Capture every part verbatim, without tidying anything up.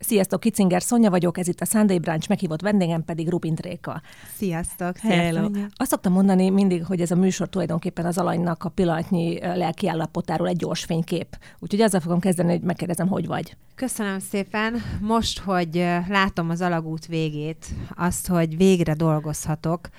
Sziasztok, Kicinger Szonya vagyok, ez itt a Sunday Brunch, meghívott vendégem pedig Rubint Réka. Sziasztok! Hello. Azt szoktam mondani mindig, hogy ez a műsor tulajdonképpen az alanynak a pillanatnyi lelki állapotáról egy gyors fénykép. Úgyhogy ezzel fogom kezdeni, hogy megkérdezem, hogy vagy. Köszönöm szépen. Most, hogy látom az alagút végét, azt, hogy végre dolgozhatok,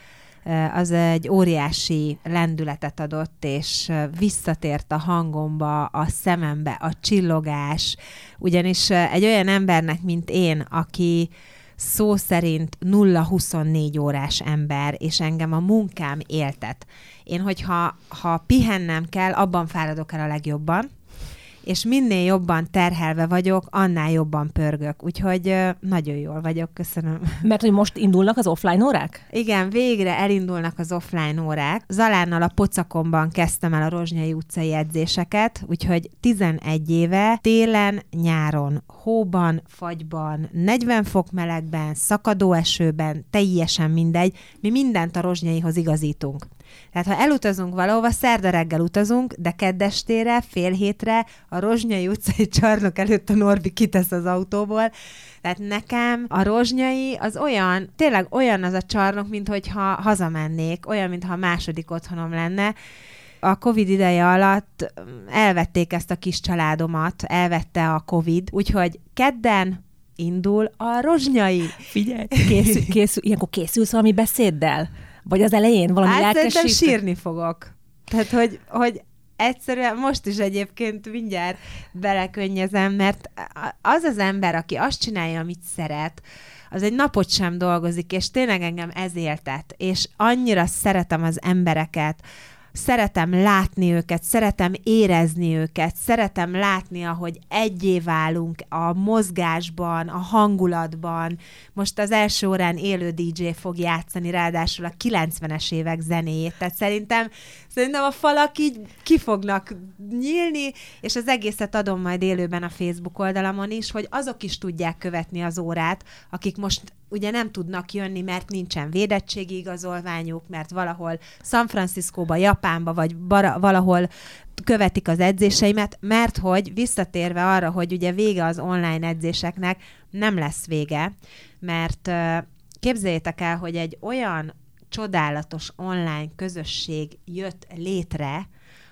az egy óriási lendületet adott, és visszatért a hangomba, a szemembe, a csillogás. Ugyanis egy olyan embernek, mint én, aki szó szerint nulla huszonnégy órás ember, és engem a munkám éltet. Én, hogyha ha pihennem kell, abban fáradok el a legjobban, és minél jobban terhelve vagyok, annál jobban pörgök. Úgyhogy nagyon jól vagyok, köszönöm. Mert hogy most indulnak az offline órák? Igen, végre elindulnak az offline órák. Zalánnal a Pocakomban kezdtem el a Rozsnyai utcai edzéseket, úgyhogy tizenegy éve télen, nyáron, hóban, fagyban, negyven fok melegben, szakadó esőben, teljesen mindegy, mi mindent a Rozsnyaihoz igazítunk. Tehát ha elutazunk valahova, szerda reggel utazunk, de keddestére, fél hétre a Rozsnyai utcai csarnok előtt a Norbi kitesz az autóból. Tehát nekem a Rozsnyai az olyan, tényleg olyan az a csarnok, mint hogyha hazamennék, olyan, mintha a második otthonom lenne. A Covid ideje alatt elvették ezt a kis családomat, elvette a Covid, úgyhogy kedden indul a Rozsnyai. Figyelj, készül, készül, ilyenkor készülsz valami beszéddel? Vagy az elején valami hát lelkesítő? Hát sírni fogok. Tehát, hogy, hogy egyszerűen most is egyébként mindjárt belekönnyezem, mert az az ember, aki azt csinálja, amit szeret, az egy napot sem dolgozik, és tényleg engem ez éltet, és annyira szeretem az embereket, szeretem látni őket, szeretem érezni őket, szeretem látni, ahogy egyé válunk a mozgásban, a hangulatban. Most az első órán élő dé dzsé fog játszani, ráadásul a kilencvenes évek zenéjét. Tehát szerintem, szerintem a falak így ki fognak nyílni, és az egészet adom majd élőben a Facebook oldalamon is, hogy azok is tudják követni az órát, akik most ugye nem tudnak jönni, mert nincsen védettségi igazolványuk, mert valahol San Franciscóba, Japánba, vagy bara, valahol követik az edzéseimet, mert hogy visszatérve arra, hogy ugye vége az online edzéseknek, nem lesz vége, mert képzeljétek el, hogy egy olyan csodálatos online közösség jött létre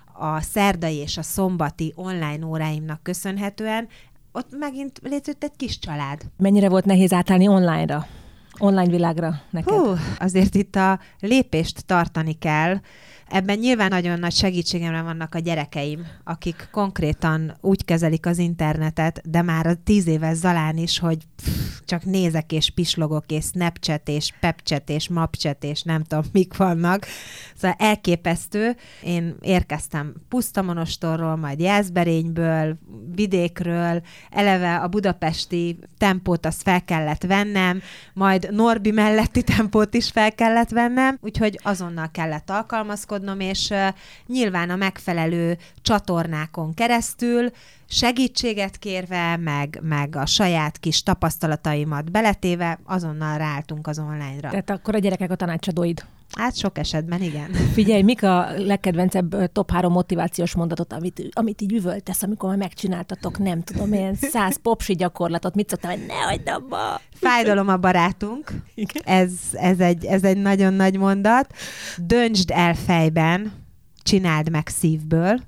a szerdai és a szombati online óráimnak köszönhetően, ott megint létrejött egy kis család. Mennyire volt nehéz átállni online-ra? Online világra neked? Hú, azért itt a lépést tartani kell. Ebben nyilván nagyon nagy segítségemre vannak a gyerekeim, akik konkrétan úgy kezelik az internetet, de már a tíz éves Zalán is, hogy pff, csak nézek és pislogok, és Snapchat, és Pepchat, és Mapchat, és nem tudom, mik vannak. Szóval elképesztő. Én érkeztem Pusztamonostorról, majd Jászberényből, vidékről, eleve a budapesti tempót azt fel kellett vennem, majd Norbi melletti tempót is fel kellett vennem, úgyhogy azonnal kellett alkalmazkodnom, és uh, nyilván a megfelelő csatornákon keresztül segítséget kérve, meg, meg a saját kis tapasztalataimat beletéve, azonnal ráálltunk az online-ra. Tehát akkor a gyerekek a tanácsadóid. Hát sok esetben, igen. Figyelj, mik a legkedvencebb top három motivációs mondatot, amit, amit így üvöltesz, amikor már megcsináltatok, nem tudom, ilyen száz popsi gyakorlatot, mit szoktam, hogy ne hagyd abba. Fájdalom a barátunk. Ez, ez, egy, ez egy nagyon nagy mondat. Döntsd el fejben, csináld meg szívből,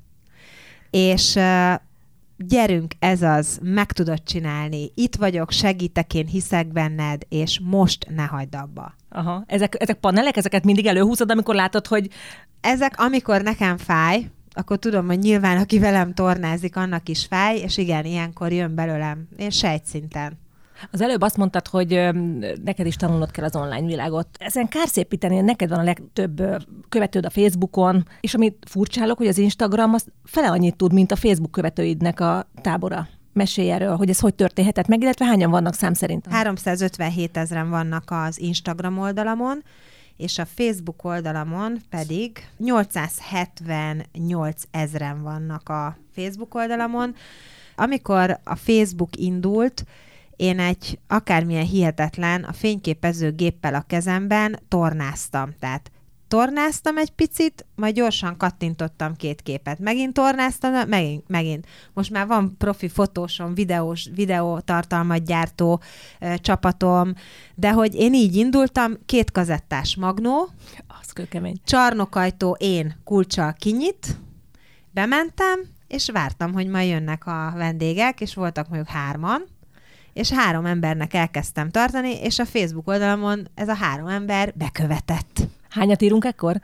és uh, gyerünk, ez az, meg tudod csinálni. Itt vagyok, segítek, én hiszek benned, és most ne hagyd abba. Aha. Ezek, ezek panelek, ezeket mindig előhúzod, amikor látod, hogy... Ezek, amikor nekem fáj, akkor tudom, hogy nyilván, aki velem tornázik, annak is fáj, és igen, ilyenkor jön belőlem. Én sejtszinten. Az előbb azt mondtad, hogy neked is tanulnod kell az online világot. Ezen kár szépíteni, neked van a legtöbb követőd a Facebookon, és amit furcsálok, hogy az Instagram az fele annyit tud, mint a Facebook követőidnek a tábora. Mesélj erről, hogy ez hogy történhetett meg, illetve hányan vannak szám szerint? háromszázötvenhét ezren vannak az Instagram oldalamon, és a Facebook oldalamon pedig nyolcszázhetvennyolc ezren vannak a Facebook oldalamon. Amikor a Facebook indult, én egy akármilyen hihetetlen, a fényképező géppel a kezemben tornáztam. Tehát tornáztam egy picit, majd gyorsan kattintottam két képet. Megint tornáztam, megint, megint. Most már van profi fotósom, videós, videótartalmat gyártó ö, csapatom, de hogy én így indultam, két kazettás magnó, az kőkemény. Csarnokajtó, én kulccsal kinyit, bementem, és vártam, hogy majd jönnek a vendégek, és voltak mondjuk hárman, és három embernek elkezdtem tartani, és a Facebook oldalamon ez a három ember bekövetett. Hányat írunk ekkor?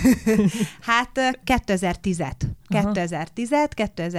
Hát kétezer-tízet. kétezer-tízet,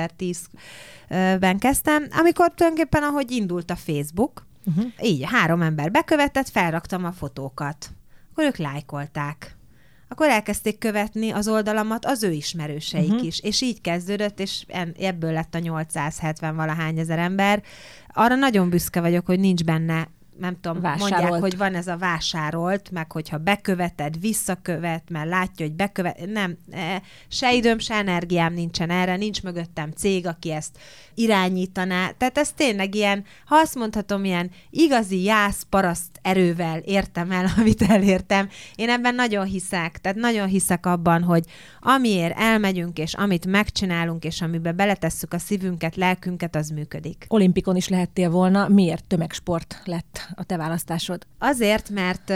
kétezer-tízben kezdtem, amikor tulajdonképpen, ahogy indult a Facebook, uh-huh. így három ember bekövetett, felraktam a fotókat. Akkor ők lájkolták. Akkor elkezdték követni az oldalamat az ő ismerőseik uh-huh. is, és így kezdődött, és ebből lett a nyolcszázhetven valahány ezer ember. Arra nagyon büszke vagyok, hogy nincs benne, nem tudom, vásárolt. Mondják, hogy van ez a vásárolt, meg hogyha beköveted, visszakövet, mert látja, hogy bekövet, nem, se időm, se energiám nincsen erre, nincs mögöttem cég, aki ezt irányítaná. Tehát ez tényleg ilyen, ha azt mondhatom, ilyen igazi jász paraszt erővel értem el, amit elértem. Én ebben nagyon hiszek, tehát nagyon hiszek abban, hogy amiért elmegyünk, és amit megcsinálunk, és amiben beletesszük a szívünket, lelkünket, az működik. Olimpikon is lehettél volna, miért tömegsport lett a te választásod? Azért, mert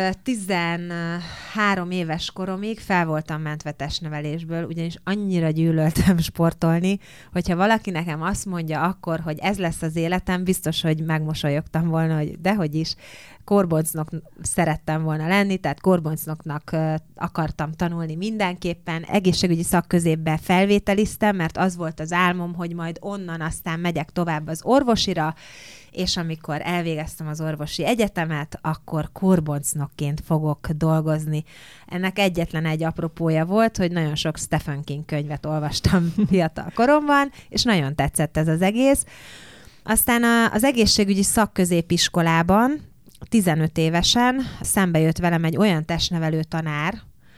tizenhárom éves koromig fel voltam mentve testnevelésből, ugyanis annyira gyűlöltem sportolni, hogyha valaki nekem azt mondja akkor, hogy ez lesz az életem, biztos, hogy megmosolyogtam volna, hogy dehogy is, korboncnok szerettem volna lenni, tehát korboncnoknak akartam tanulni mindenképpen. Egészségügyi szakközépbe felvételiztem, mert az volt az álmom, hogy majd onnan aztán megyek tovább az orvosira, és amikor elvégeztem az orvosi egyetemet, akkor korboncnokként fogok dolgozni. Ennek egyetlen egy apropója volt, hogy nagyon sok Stephen King könyvet olvastam fiatal koromban, és nagyon tetszett ez az egész. Aztán az egészségügyi szakközépiskolában tizenöt évesen szembe jött velem egy olyan testnevelő tanár,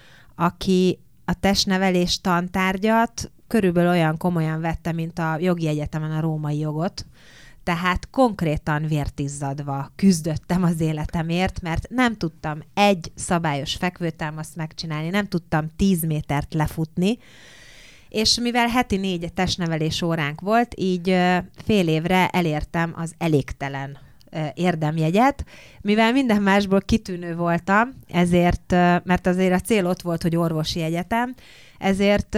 aki a testnevelés tantárgyat körülbelül olyan komolyan vette, mint a jogi egyetemen a római jogot. Tehát konkrétan vértizzadva küzdöttem az életemért, mert nem tudtam egy szabályos fekvőtámaszt megcsinálni, nem tudtam tíz métert lefutni, és mivel heti négy testnevelés óránk volt, így fél évre elértem az elégtelen érdemjegyet, mivel minden másból kitűnő voltam, ezért, mert azért a cél ott volt, hogy orvosi egyetem, ezért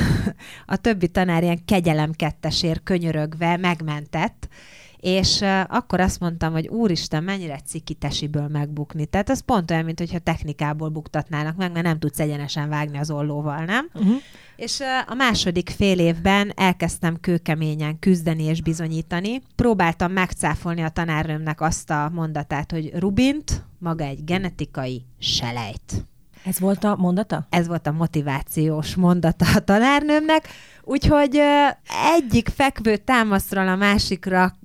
a többi tanár ilyen kegyelem kettesért könyörögve megmentett, és akkor azt mondtam, hogy úristen, mennyire ciki tesiből megbukni. Tehát ez pont olyan, mint hogyha technikából buktatnának meg, mert nem tudsz egyenesen vágni az ollóval, nem? Uh-huh. És a második fél évben elkezdtem kőkeményen küzdeni és bizonyítani. Próbáltam megcáfolni a tanárnőmnek azt a mondatát, hogy Rubint maga egy genetikai selejt. Ez volt a mondata? Ez volt a motivációs mondata a tanárnőmnek. Úgyhogy egyik fekvő támaszról a másikra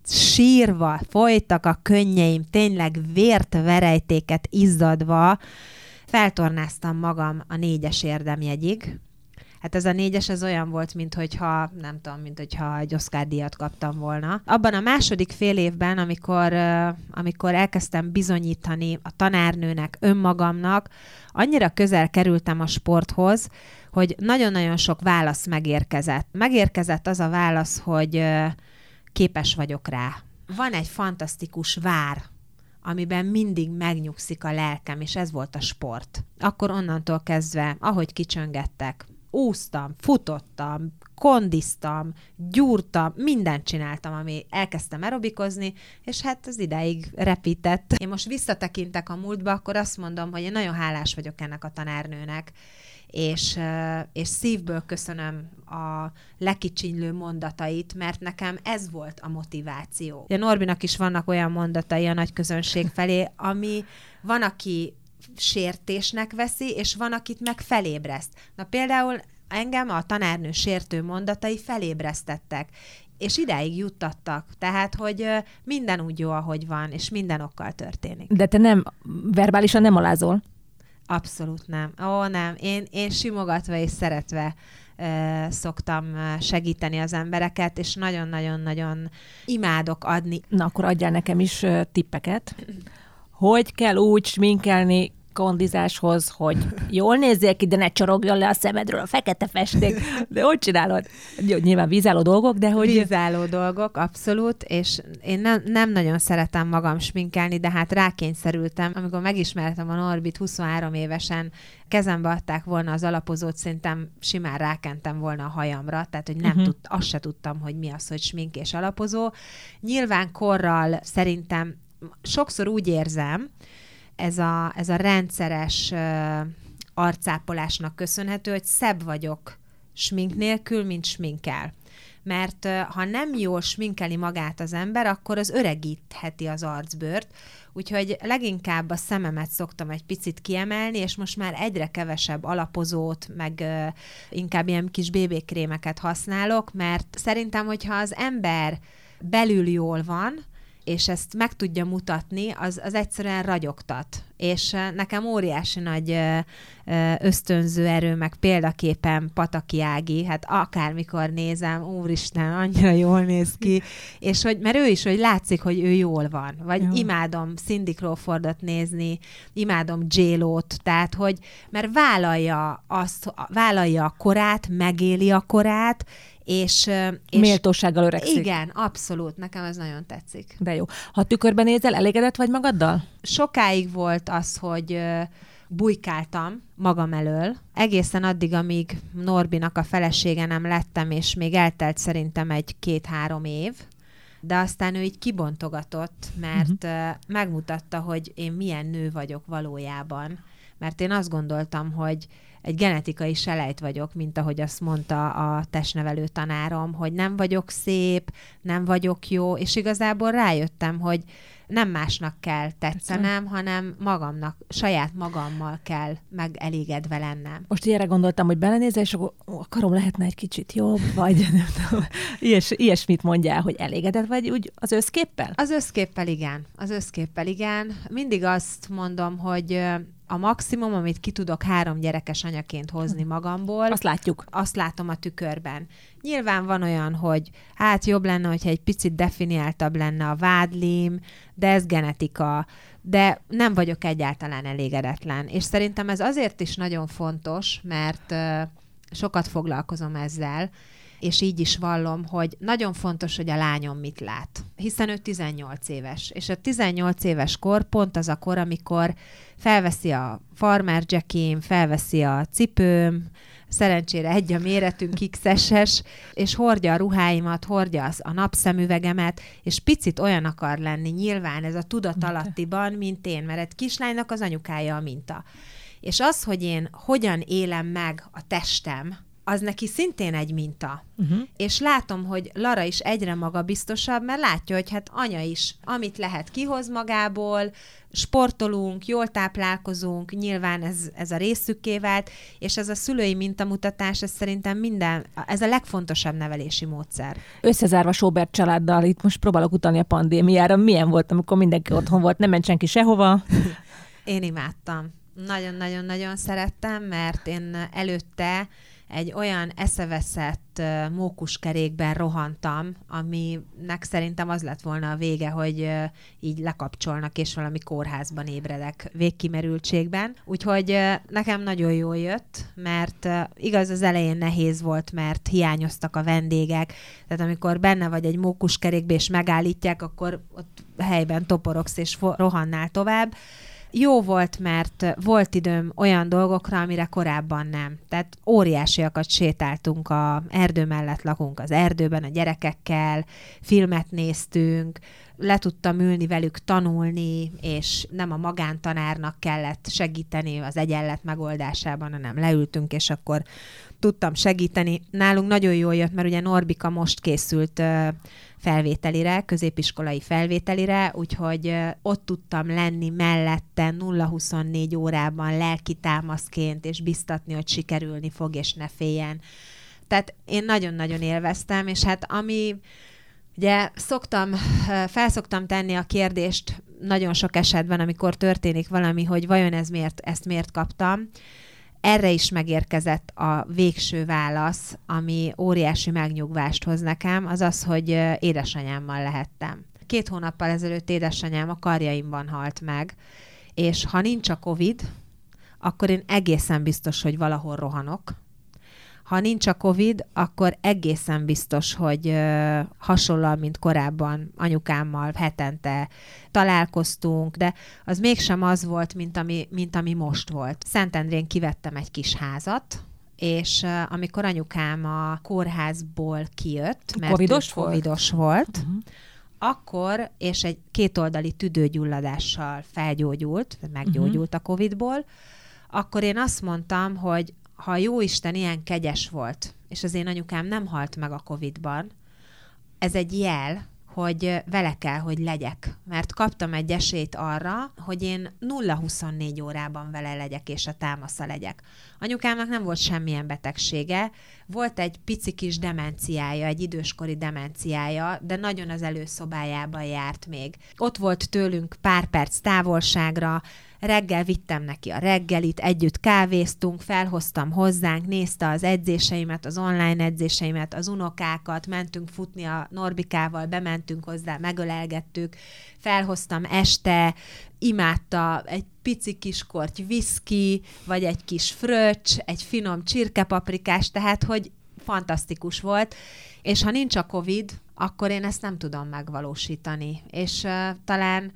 sírva folytak a könnyeim, tényleg vért, verejtéket izzadva, feltornáztam magam a négyes érdemjegyig. Hát ez a négyes, ez olyan volt, minthogyha, nem tudom, minthogyha egy Oscar-díjat kaptam volna. Abban a második fél évben, amikor, amikor elkezdtem bizonyítani a tanárnőnek, önmagamnak, annyira közel kerültem a sporthoz, hogy nagyon-nagyon sok válasz megérkezett. Megérkezett az a válasz, hogy képes vagyok rá. Van egy fantasztikus vár, amiben mindig megnyugszik a lelkem, és ez volt a sport. Akkor onnantól kezdve, ahogy kicsöngettek, úsztam, futottam, kondiztam, gyúrtam, mindent csináltam, ami elkezdtem aerobikozni, és hát az ideig repített. Én most visszatekintek a múltba, akkor azt mondom, hogy én nagyon hálás vagyok ennek a tanárnőnek, és, és szívből köszönöm a lekicsinylő mondatait, mert nekem ez volt a motiváció. Ugye Norbinak is vannak olyan mondatai a nagy közönség felé, ami van, aki sértésnek veszi, és van, akit meg felébreszt. Na például engem a tanárnő sértő mondatai felébresztettek, és idáig juttattak. Tehát, hogy minden úgy jó, ahogy van, és minden okkal történik. De te nem, verbálisan nem alázol? Abszolút nem. Ó, nem. Én, én simogatva és szeretve uh, szoktam segíteni az embereket, és nagyon-nagyon-nagyon imádok adni. Na, akkor adjál nekem is uh, tippeket. Hogy kell úgy sminkelni kondizáshoz, hogy jól nézzél ki, de ne csorogjon le a szemedről a fekete festék. De hogy csinálod? Jó, nyilván vízálló dolgok, de hogy... Vízálló dolgok, abszolút, és én nem, nem nagyon szeretem magam sminkelni, de hát rákényszerültem. Amikor megismertem a Norbit huszonhárom évesen, kezembe adták volna az alapozót, szerintem simán rákentem volna a hajamra, tehát hogy nem uh-huh. tud, azt se tudtam, hogy mi az, hogy smink és alapozó. Nyilván korral szerintem sokszor úgy érzem, ez a, ez a rendszeres uh, arcápolásnak köszönhető, hogy szebb vagyok smink nélkül, mint sminkel. Mert uh, ha nem jól sminkeli magát az ember, akkor az öregítheti az arcbőrt, úgyhogy leginkább a szememet szoktam egy picit kiemelni, és most már egyre kevesebb alapozót, meg uh, inkább ilyen kis bébékrémeket használok, mert szerintem, hogyha az ember belül jól van, és ezt meg tudja mutatni, az, az egyszerűen ragyogtat. És nekem óriási nagy ösztönző erő, meg példaképpen Pataki Ági, hát akármikor nézem, úristen, annyira jól néz ki, és hogy, mert ő is, hogy látszik, hogy ő jól van. Vagy jó. Imádom Cindy Crawfordot nézni, imádom J-Lo-t, tehát, hogy, mert vállalja azt, vállalja a korát, megéli a korát, És, és méltósággal öregszik. Igen, abszolút. Nekem ez nagyon tetszik. De jó. Ha tükörben nézel, elégedett vagy magaddal? Sokáig volt az, hogy bujkáltam magam elől. Egészen addig, amíg Norbinak a felesége nem lettem, és még eltelt szerintem egy két-három év. De aztán ő így kibontogatott, mert uh-huh. megmutatta, hogy én milyen nő vagyok valójában. Mert én azt gondoltam, hogy egy genetikai selejt vagyok, mint ahogy azt mondta a testnevelő tanárom, hogy nem vagyok szép, nem vagyok jó, és igazából rájöttem, hogy nem másnak kell tetszenem, hanem magamnak, saját magammal kell megelégedve lennem. Most ilyenre gondoltam, hogy belenézel, és akkor ó, a karom lehetne egy kicsit jobb, vagy nem tudom, ilyes, ilyesmit mondjál, hogy elégedett vagy úgy az összképpel? Az összképpel igen. Az összképpel igen. Mindig azt mondom, hogy a maximum, amit ki tudok három gyerekes anyaként hozni magamból. Azt látjuk. Azt látom a tükörben. Nyilván van olyan, hogy hát jobb lenne, hogyha egy picit definiáltabb lenne a vádlim, de ez genetika. De nem vagyok egyáltalán elégedetlen. És szerintem ez azért is nagyon fontos, mert uh, sokat foglalkozom ezzel, és így is vallom, hogy nagyon fontos, hogy a lányom mit lát. Hiszen ő tizennyolc éves. És a tizennyolc éves kor pont az a kor, amikor felveszi a farmer jackim, felveszi a cipőm, szerencsére egy a méretünk iksz es-es, és hordja a ruháimat, hordja a napszemüvegemet, és picit olyan akar lenni nyilván ez a tudatalattiban, mint én, mert egy kislánynak az anyukája a minta. És az, hogy én hogyan élem meg a testem, az neki szintén egy minta. Uh-huh. És látom, hogy Lara is egyre magabiztosabb, mert látja, hogy hát anya is, amit lehet, kihoz magából, sportolunk, jól táplálkozunk, nyilván ez, ez a részükké vált, és ez a szülői mintamutatás, ez szerintem minden, ez a legfontosabb nevelési módszer. Összezárva Sobert családdal, itt most próbálok utalni a pandémiára, milyen volt, amikor mindenki otthon volt, nem ment senki sehova? Én imádtam. Nagyon-nagyon-nagyon szerettem, mert én előtte egy olyan eszeveszett uh, mókuskerékben rohantam, aminek szerintem az lett volna a vége, hogy uh, így lekapcsolnak, és valami kórházban ébredek végkimerültségben. Úgyhogy uh, nekem nagyon jól jött, mert uh, igaz, az elején nehéz volt, mert hiányoztak a vendégek, tehát amikor benne vagy egy mókuskerékbe, és megállítják, akkor ott helyben toporogsz, és fo- rohannál tovább. Jó volt, mert volt időm olyan dolgokra, amire korábban nem. Tehát óriásiakat sétáltunk, a erdő mellett lakunk az erdőben a gyerekekkel, filmet néztünk, le tudtam ülni velük tanulni, és nem a magántanárnak kellett segíteni az egyenlet megoldásában, hanem leültünk, és akkor tudtam segíteni. Nálunk nagyon jól jött, mert ugye Norbika most készült felvételire, középiskolai felvételire, úgyhogy ott tudtam lenni mellette nulla huszonnégy órában lelki támaszként, és biztatni, hogy sikerülni fog, és ne féljen. Tehát én nagyon-nagyon élveztem, és hát ami, ugye szoktam, felszoktam tenni a kérdést nagyon sok esetben, amikor történik valami, hogy vajon ez miért, ezt miért kaptam. Erre is megérkezett a végső válasz, ami óriási megnyugvást hoz nekem, az az, hogy édesanyámmal lehettem. Két hónappal ezelőtt édesanyám a karjaimban halt meg, és ha nincs a Covid, akkor én egészen biztos, hogy valahol rohanok. Ha nincs a Covid, akkor egészen biztos, hogy ö, hasonlóan, mint korábban anyukámmal hetente találkoztunk, de az mégsem az volt, mint ami, mint ami most volt. Szentendrén kivettem egy kis házat, és uh, amikor anyukám a kórházból kijött, mert covidos volt, covidos volt uh-huh. akkor, és egy kétoldali tüdőgyulladással felgyógyult, meggyógyult uh-huh. a Covidból, akkor én azt mondtam, hogy ha a Jóisten ilyen kegyes volt, és az én anyukám nem halt meg a Covidban, ez egy jel, hogy vele kell, hogy legyek. Mert kaptam egy esélyt arra, hogy én nulla huszonnégy órában vele legyek, és a támasza legyek. Anyukámnak nem volt semmilyen betegsége, volt egy pici kis demenciája, egy időskori demenciája, de nagyon az előszobájában járt még. Ott volt tőlünk pár perc távolságra, reggel vittem neki a reggelit, együtt kávéztunk, felhoztam hozzánk, nézte az edzéseimet, az online edzéseimet, az unokákat, mentünk futni a Norbikával, bementünk hozzá, megölelgettük, felhoztam este, imádta egy pici kis korty viszki, vagy egy kis fröccs, egy finom csirkepaprikás, tehát hogy fantasztikus volt, és ha nincs a Covid, akkor én ezt nem tudom megvalósítani, és uh, talán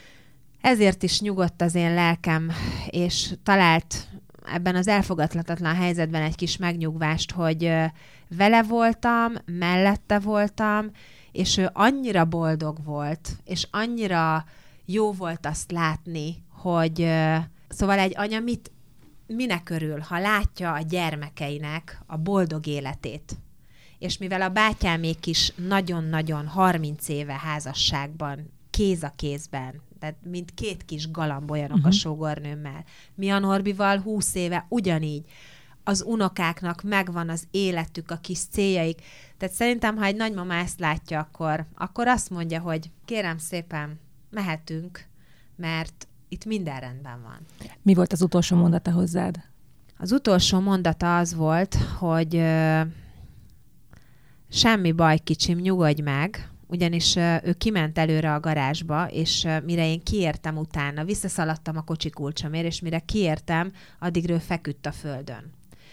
ezért is nyugodt az én lelkem, és talált ebben az elfogadhatatlan helyzetben egy kis megnyugvást, hogy vele voltam, mellette voltam, és ő annyira boldog volt, és annyira jó volt azt látni, hogy szóval egy anya mit, minek örül, ha látja a gyermekeinek a boldog életét. És mivel a bátyámék is nagyon-nagyon harminc éve házasságban, kéz a kézben, tehát mint két kis galamb olyanok uh-huh. a sógornőmmel. Mi a Norbival húsz éve ugyanígy. Az unokáknak megvan az életük, a kis céljaik. Tehát szerintem, ha egy nagymama ezt látja, akkor, akkor azt mondja, hogy kérem szépen, mehetünk, mert itt minden rendben van. Mi volt az utolsó mondata hozzád? Az utolsó mondata az volt, hogy ö, semmi baj, kicsim, nyugodj meg, ugyanis ő kiment előre a garázsba, és mire én kiértem utána, visszaszaladtam a kocsi kulcsomért, és mire kiértem, addig ő feküdt a földön.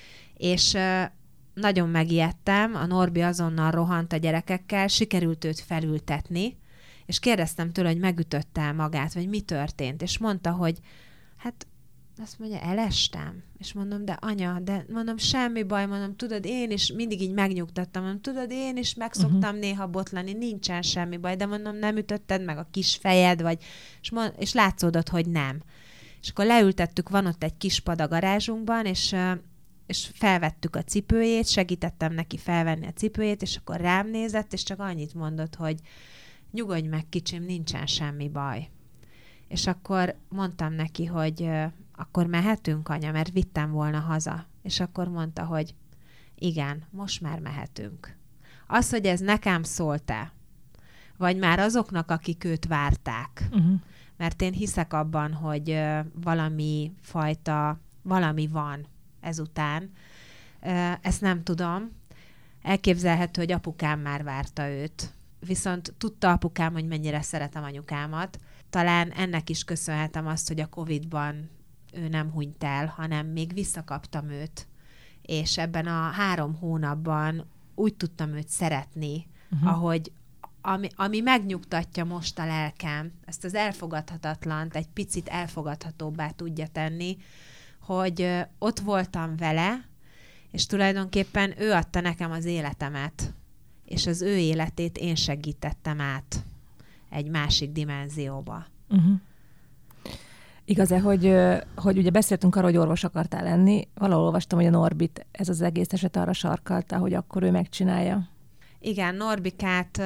És nagyon megijedtem, a Norbi azonnal rohant a gyerekekkel, sikerült őt felültetni, és kérdeztem tőle, hogy megütötte magát, vagy mi történt, és mondta, hogy hát azt mondja, elestem. És mondom, de anya, de mondom, semmi baj, mondom, tudod, én is mindig így megnyugtattam, mondom, tudod, én is meg szoktam uh-huh. néha botlani, nincsen semmi baj, de mondom, nem ütötted meg a kis fejed, vagy, és, mond, és látszódott, hogy nem. És akkor leültettük, van ott egy kis pad a garázsunkban, és, és felvettük a cipőjét, segítettem neki felvenni a cipőjét, és akkor rám nézett, és csak annyit mondott, hogy nyugodj meg, kicsim, nincsen semmi baj. És akkor mondtam neki, hogy akkor mehetünk, anya, mert vittem volna haza. És akkor mondta, hogy igen, most már mehetünk. Az, hogy ez nekem szólt-e, vagy már azoknak, akik őt várták, uh-huh. mert én hiszek abban, hogy valami fajta, valami van ezután. Ezt nem tudom. Elképzelhető, hogy apukám már várta őt. Viszont tudta apukám, hogy mennyire szeretem anyukámat. Talán ennek is köszönhetem azt, hogy a Covidban ő nem hunyt el, hanem még visszakaptam őt, és ebben a három hónapban úgy tudtam őt szeretni, uh-huh. ahogy ami, ami megnyugtatja most a lelkem, ezt az elfogadhatatlant egy picit elfogadhatóbbá tudja tenni, hogy ott voltam vele, és tulajdonképpen ő adta nekem az életemet, és az ő életét én segítettem át egy másik dimenzióba. Uh-huh. Igaz-e, hogy, hogy ugye beszéltünk arról, hogy orvos akartál lenni, valahol olvastam, hogy a Norbit ez az egész eset arra sarkalta, hogy akkor ő megcsinálja. Igen, Norbikát,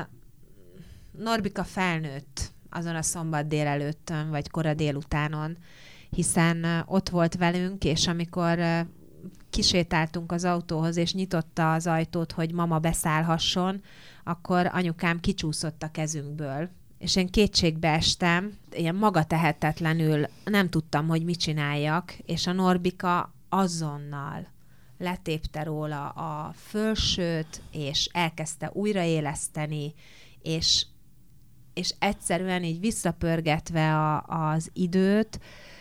Norbika felnőtt azon a szombat délelőttön, vagy kora délutánon, hiszen ott volt velünk, és amikor kisétáltunk az autóhoz, és nyitotta az ajtót, hogy mama beszállhasson, akkor anyukám kicsúszott a kezünkből. És én kétségbe estem, ilyen magatehetetlenül nem tudtam, hogy mit csináljak, és a Norbika azonnal letépte róla a fölsőt, és elkezdte újraéleszteni, és, és egyszerűen így visszapörgetve a, az időt,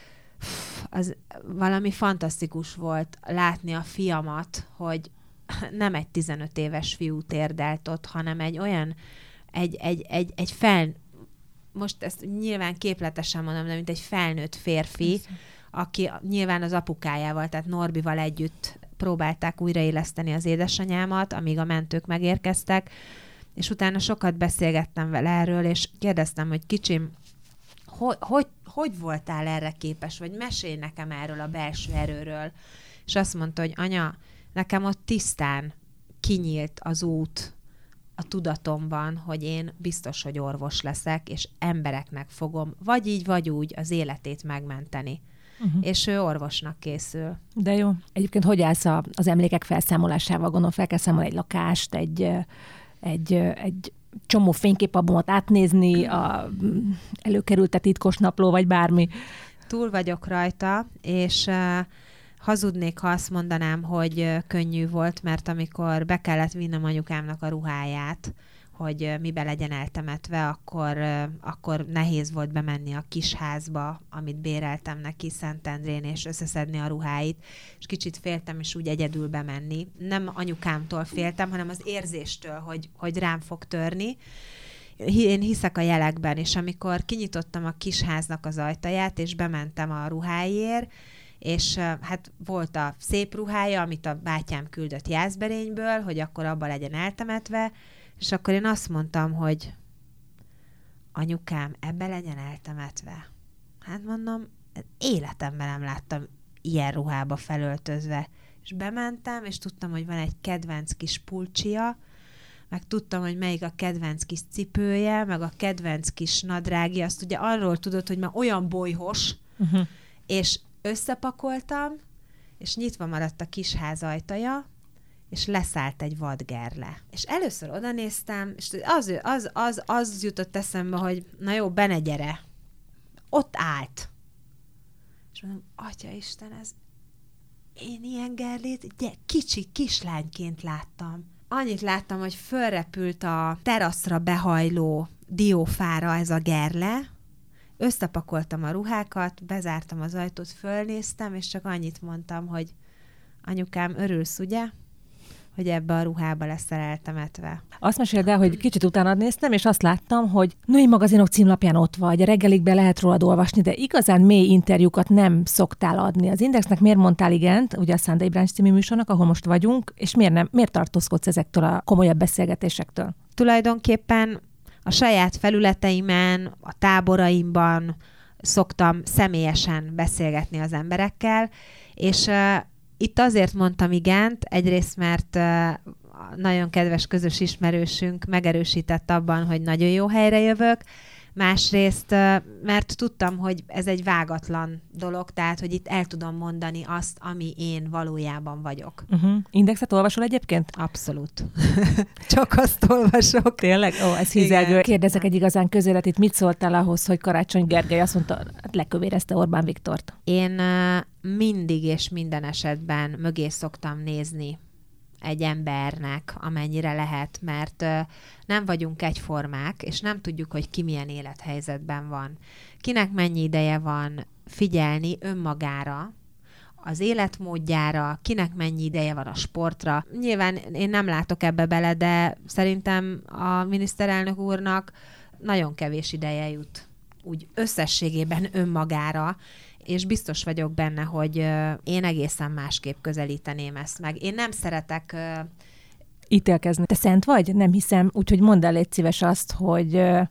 az valami fantasztikus volt látni a fiamat, hogy nem egy tizenöt éves fiú térdelt ott, hanem egy olyan, egy, egy, egy, egy fel, most ezt nyilván képletesen mondom, de mint egy felnőtt férfi, Köszön. aki nyilván az apukájával, tehát Norbival együtt próbálták újraéleszteni az édesanyámat, amíg a mentők megérkeztek, és utána sokat beszélgettem vele erről, és kérdeztem, hogy kicsim, hogy, hogy, hogy voltál erre képes, vagy mesélj nekem erről a belső erőről. És azt mondta, hogy anya, nekem ott tisztán kinyílt az út a tudatomban, hogy én biztos, hogy orvos leszek, és embereknek fogom vagy így, vagy úgy az életét megmenteni. Uh-huh. És ő orvosnak készül. De jó. Egyébként hogy állsz a, az emlékek felszámolásával? Gondolom, fel kell számolni egy lakást, egy, egy, egy csomó fényképalbumot átnézni, a előkerült a titkos napló, vagy bármi. Túl vagyok rajta, és uh, hazudnék, ha azt mondanám, hogy uh, könnyű volt, mert amikor be kellett vinnem anyukámnak a ruháját, hogy uh, mibe legyen eltemetve, akkor, uh, akkor nehéz volt bemenni a kis házba, amit béreltem neki Szentendrén, és összeszedni a ruháit, és kicsit féltem is úgy egyedül bemenni. Nem anyukámtól féltem, hanem az érzéstől, hogy, hogy rám fog törni. Én hiszek a jelekben, és amikor kinyitottam a kis háznak az ajtaját, és bementem a ruháért, és hát volt a szép ruhája, amit a bátyám küldött Jászberényből, hogy akkor abba legyen eltemetve, és akkor én azt mondtam, hogy anyukám, ebbe legyen eltemetve. Hát mondom, életemben nem láttam ilyen ruhába felöltözve. És bementem, és tudtam, hogy van egy kedvenc kis pulcsia, meg tudtam, hogy melyik a kedvenc kis cipője, meg a kedvenc kis nadrágja. Azt ugye arról tudod, hogy már olyan bolyhos, uh-huh. és összepakoltam, és nyitva maradt a kis ház ajtaja, és leszállt egy vadgerle. És először oda néztem, és az, az, az, az jutott eszembe, hogy na jó, benne gyere. Ott állt. És mondom, Atyaisten, ez én ilyen gerlét de kicsi kislányként láttam. Annyit láttam, hogy fölrepült a teraszra behajló diófára ez a gerle, összepakoltam a ruhákat, bezártam az ajtót, fölnéztem, és csak annyit mondtam, hogy anyukám, örülsz, ugye? Hogy ebbe a ruhába leszel eltemetve. Azt meséld el, hogy kicsit utána néztem, és azt láttam, hogy női magazinok címlapján ott vagy, a reggelikben lehet rólad olvasni, de igazán mély interjúkat nem szoktál adni. Az Indexnek miért mondtál igent, ugye a Sunday Brunch című műsornak, ahol most vagyunk, és miért nem? Miért tartózkodsz ezektől a komolyabb beszélgetésektől? Tulajdonképpen a saját felületeimen, a táboraimban szoktam személyesen beszélgetni az emberekkel, és uh, itt azért mondtam igent, egyrészt, mert uh, nagyon kedves közös ismerősünk megerősített abban, hogy nagyon jó helyre jövök, másrészt, uh, mert tudtam, hogy ez egy vágatlan dolog, tehát, hogy itt el tudom mondani azt, ami én valójában vagyok. Uh-huh. Indexet olvasol egyébként? Abszolút. Csak azt olvasok. Tényleg? Ó, ez hízelgő. Kérdezek egy igazán közéletit, mit szóltál ahhoz, hogy Karácsony Gergely azt mondta, hát lekövérezte Orbán Viktort? Én uh, mindig és minden esetben mögé szoktam nézni egy embernek, amennyire lehet, mert uh, nem vagyunk egyformák, és nem tudjuk, hogy ki milyen élethelyzetben van. Kinek mennyi ideje van figyelni önmagára, az életmódjára, kinek mennyi ideje van a sportra. Nyilván én nem látok ebbe bele, de szerintem a miniszterelnök úrnak nagyon kevés ideje jut úgy összességében önmagára, és biztos vagyok benne, hogy én egészen másképp közelíteném ezt meg. Én nem szeretek ítélkezni. Te szent vagy? Nem hiszem. Úgyhogy mondd el, légy szíves azt, hogy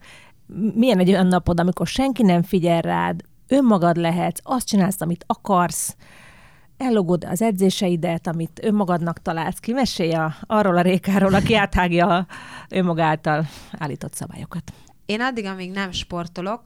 milyen egy olyan napod, amikor senki nem figyel rád, önmagad lehetsz, azt csinálsz, amit akarsz, ellogod az edzéseidet, amit önmagadnak találsz ki. Mesélj a, arról a Rékáról, aki áthágja önmaga által állított szabályokat. Én addig, amíg nem sportolok,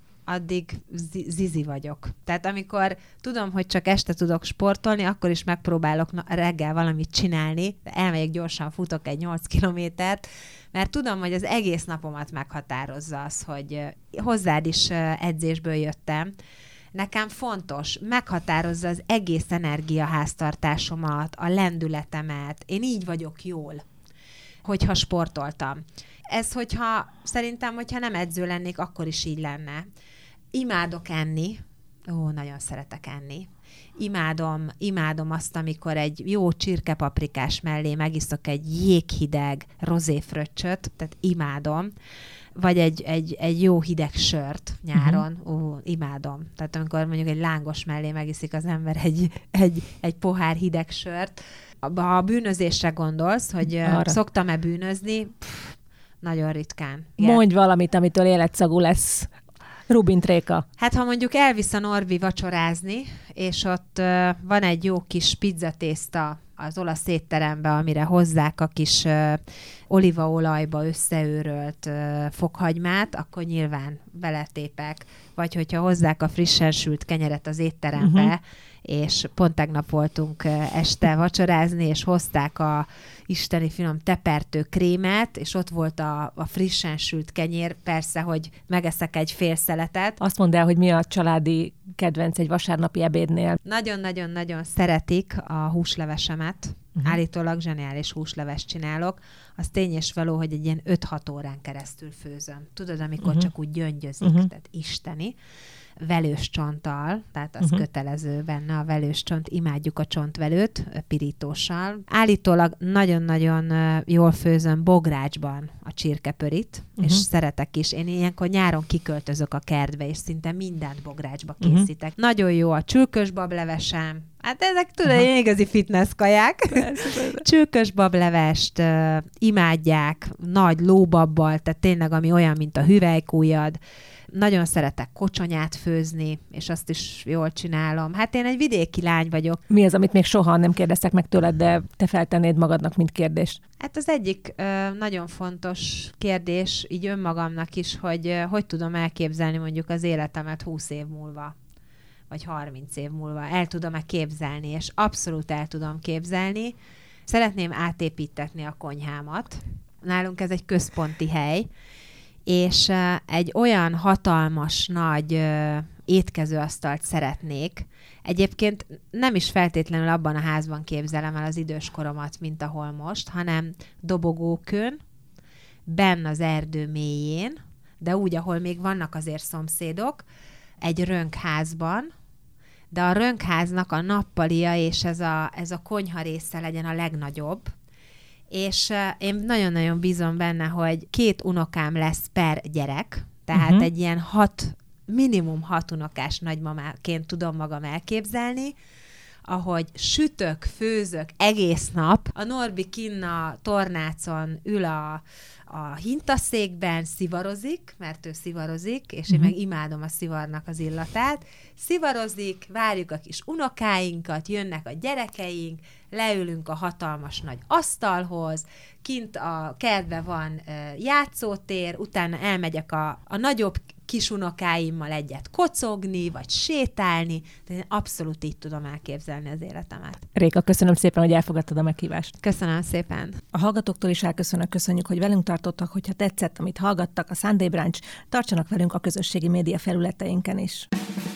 addig zizi vagyok. Tehát amikor tudom, hogy csak este tudok sportolni, akkor is megpróbálok na- reggel valamit csinálni, elmegyek gyorsan, futok egy nyolc kilométert, mert tudom, hogy az egész napomat meghatározza az, hogy hozzád is edzésből jöttem. Nekem fontos, meghatározza az egész energiaháztartásomat, a lendületemet. Én így vagyok jól, hogyha sportoltam. Ez, hogyha szerintem, hogyha nem edző lennék, akkor is így lenne. Imádok enni. Ó, nagyon szeretek enni. Imádom, imádom azt, amikor egy jó csirkepaprikás mellé megiszok egy jéghideg rozéfröccsöt, tehát imádom. Vagy egy, egy, egy jó hideg sört nyáron, uh-huh. Ó, imádom. Tehát amikor mondjuk egy lángos mellé megiszik az ember egy, egy, egy pohár hideg sört. Ha a bűnözésre gondolsz, hogy arra szoktam-e bűnözni, pff, nagyon ritkán. Igen. Mondj valamit, amitől életszagú lesz. Rubint Réka. Hát ha mondjuk elvisz a Norbi vacsorázni, és ott uh, van egy jó kis pizzatészta az olasz étterembe, amire hozzák a kis uh, olívaolajba összeőrölt uh, fokhagymát, akkor nyilván beletépek. Vagy hogyha hozzák a frissen sült kenyeret az étterembe, uh-huh. és pont tegnap voltunk uh, este vacsorázni, és hozták a isteni finom tepertő krémet, és ott volt a, a frissen sült kenyér, persze, hogy megeszek egy fél szeletet. Azt mondd el, hogy mi a családi kedvenc egy vasárnapi ebédnél. Nagyon-nagyon-nagyon szeretik a húslevesemet. Uh-huh. Állítólag zseniális húslevest csinálok. Az tény és való, hogy egy ilyen öt-hat órán keresztül főzöm. Tudod, amikor uh-huh. csak úgy gyöngyözik, uh-huh. tehát isteni. Velős csonttal, tehát az uh-huh. kötelező benne a velős csont, imádjuk a csontvelőt, pirítóssal. Állítólag nagyon-nagyon jól főzöm bográcsban a csirkepörit, uh-huh. és szeretek is. Én ilyenkor nyáron kiköltözök a kertbe, és szinte mindent bográcsba készítek. Uh-huh. Nagyon jó a csülkös bablevesem. Hát ezek tudod, uh-huh. igazi fitness kaják. Csülkös bablevest uh, imádják, nagy lóbabbal, tehát tényleg ami olyan, mint a hüvelykújad. Nagyon szeretek kocsonyát főzni, és azt is jól csinálom. Hát én egy vidéki lány vagyok. Mi az, amit még soha nem kérdeztek meg tőled, de te feltennéd magadnak, mint kérdés? Hát az egyik ö, nagyon fontos kérdés, így önmagamnak is, hogy ö, hogy tudom elképzelni mondjuk az életemet húsz év múlva, vagy harminc év múlva. El tudom-e képzelni, és abszolút el tudom képzelni. Szeretném átépítetni a konyhámat. Nálunk ez egy központi hely, és egy olyan hatalmas, nagy étkezőasztalt szeretnék. Egyébként nem is feltétlenül abban a házban képzelem el az időskoromat, mint ahol most, hanem dobogókön, benn az erdő mélyén, de úgy, ahol még vannak azért szomszédok, egy rönkházban, de a rönkháznak a nappalia és ez a, ez a konyha része legyen a legnagyobb, és uh, én nagyon-nagyon bízom benne, hogy két unokám lesz per gyerek, tehát uh-huh. egy ilyen hat, minimum hat unokás nagymamáként tudom magam elképzelni, ahogy sütök, főzök egész nap. A Norbi kinn a tornácon ül a, a hintaszékben, szivarozik, mert ő szivarozik, és én uh-huh. meg imádom a szivarnak az illatát. Szivarozik, várjuk a kis unokáinkat, jönnek a gyerekeink, leülünk a hatalmas nagy asztalhoz, kint a kertben van uh, játszótér, utána elmegyek a, a nagyobb kisunokáimmal egyet kocogni, vagy sétálni, de én abszolút így tudom elképzelni az életemet. Réka, köszönöm szépen, hogy elfogadtad a meghívást. Köszönöm szépen. A hallgatóktól is elköszönök, köszönjük, hogy velünk tartottak, hogyha tetszett, amit hallgattak, a Sunday Brunch, tartsanak velünk a közösségi média felületeinken is.